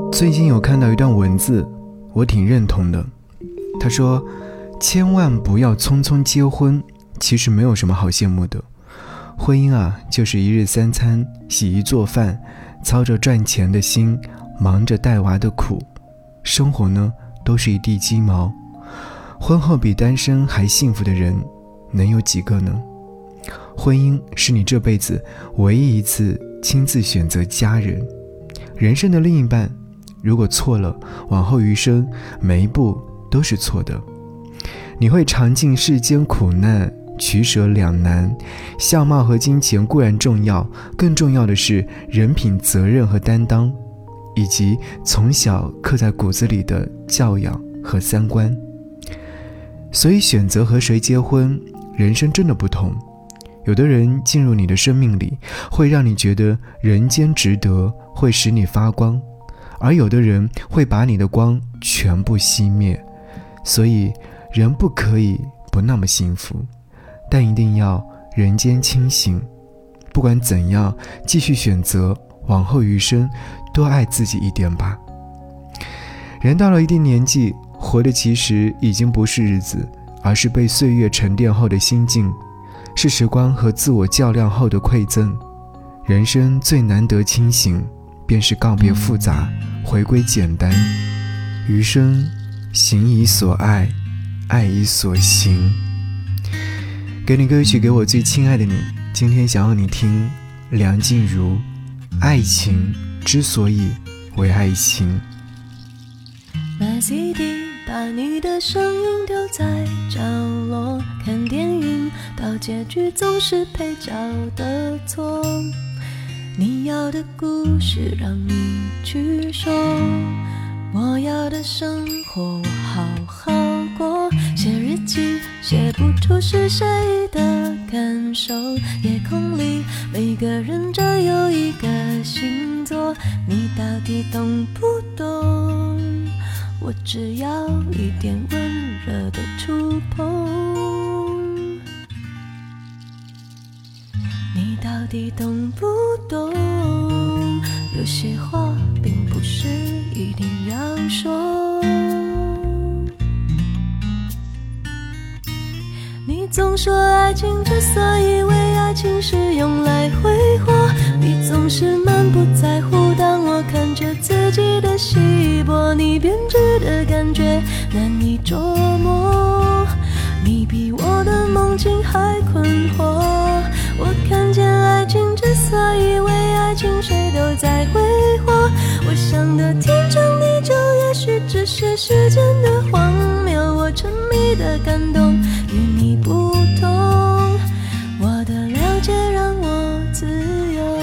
最近有看到一段文字，我挺认同的。他说，千万不要匆匆结婚，其实没有什么好羡慕的。婚姻啊，就是一日三餐，洗衣做饭，操着赚钱的心，忙着带娃的苦，生活呢，都是一地鸡毛。婚后比单身还幸福的人，能有几个呢？婚姻是你这辈子唯一一次亲自选择家人，人生的另一半，如果错了，往后余生每一步都是错的。你会尝尽世间苦难，取舍两难，相貌和金钱固然重要，更重要的是人品、责任和担当，以及从小刻在骨子里的教养和三观。所以选择和谁结婚，人生真的不同。有的人进入你的生命里，会让你觉得人间值得，会使你发光，而有的人会把你的光全部熄灭。所以人不可以不那么幸福，但一定要人间清醒。不管怎样，继续选择，往后余生多爱自己一点吧。人到了一定年纪，活的其实已经不是日子，而是被岁月沉淀后的心境，是时光和自我较量后的馈赠。人生最难得清醒，便是告别复杂，回归简单。余生行以所爱，爱以所行。给你歌曲，给我最亲爱的你。今天想要你听梁静茹，爱情之所以为爱情。 买 CD， 把你的声音丢在角落，看电影到结局总是配角的错。你要的故事让你去说，我要的生活我好好过。写日记写不出是谁的感受，夜空里每个人只有一个星座，你到底懂不懂？我只要一点温热的触碰，你到底懂不懂？有些话并不是一定要说。你总说爱情之所以为爱情是用来挥霍，你总是满不在乎当我看着自己的稀薄，你编织的感觉难以捉摸，你比我的梦境还困惑。我看见爱情之所以为爱情谁都在挥霍，我想的天长地久也许只是时间的荒谬，我沉迷的感动与你不同，我的了解让我自由。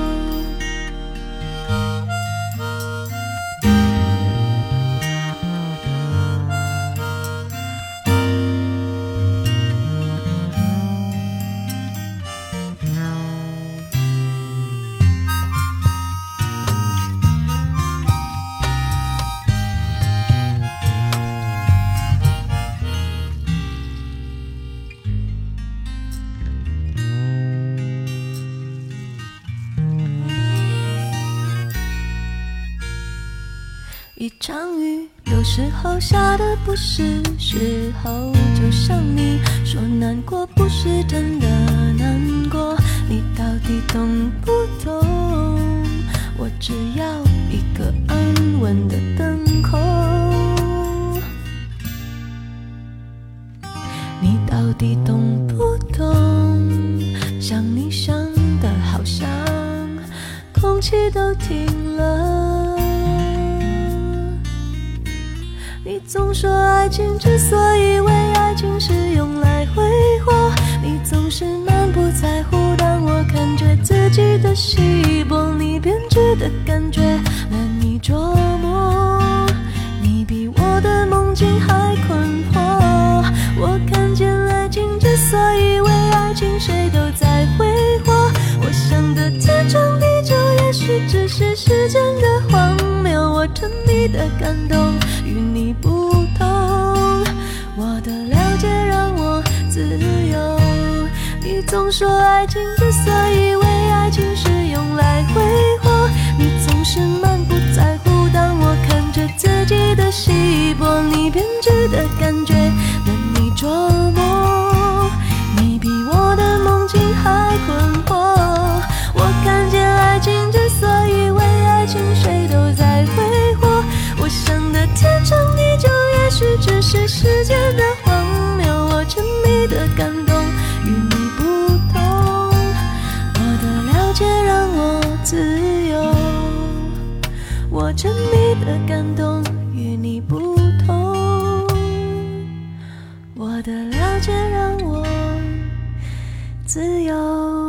一场雨有时候下的不是时候，就像你说难过不是真的难过，你到底懂不懂？我只要一个安稳的灯口，你到底懂不懂？想你想的好像空气都停了。你总说爱情之所以为爱情是用来挥霍，你总是满不在乎当我看着自己的稀薄，你编织的感觉难以捉摸，你比我的梦境还困惑。我看见爱情之所以为爱情谁都在挥霍，我想的天长地久也许只是时间的荒谬，我沉迷的感动与你不同，我的了解让我自由。你总说爱情之所以为爱情是用来挥霍，你总是满不在乎当的了解让我自由。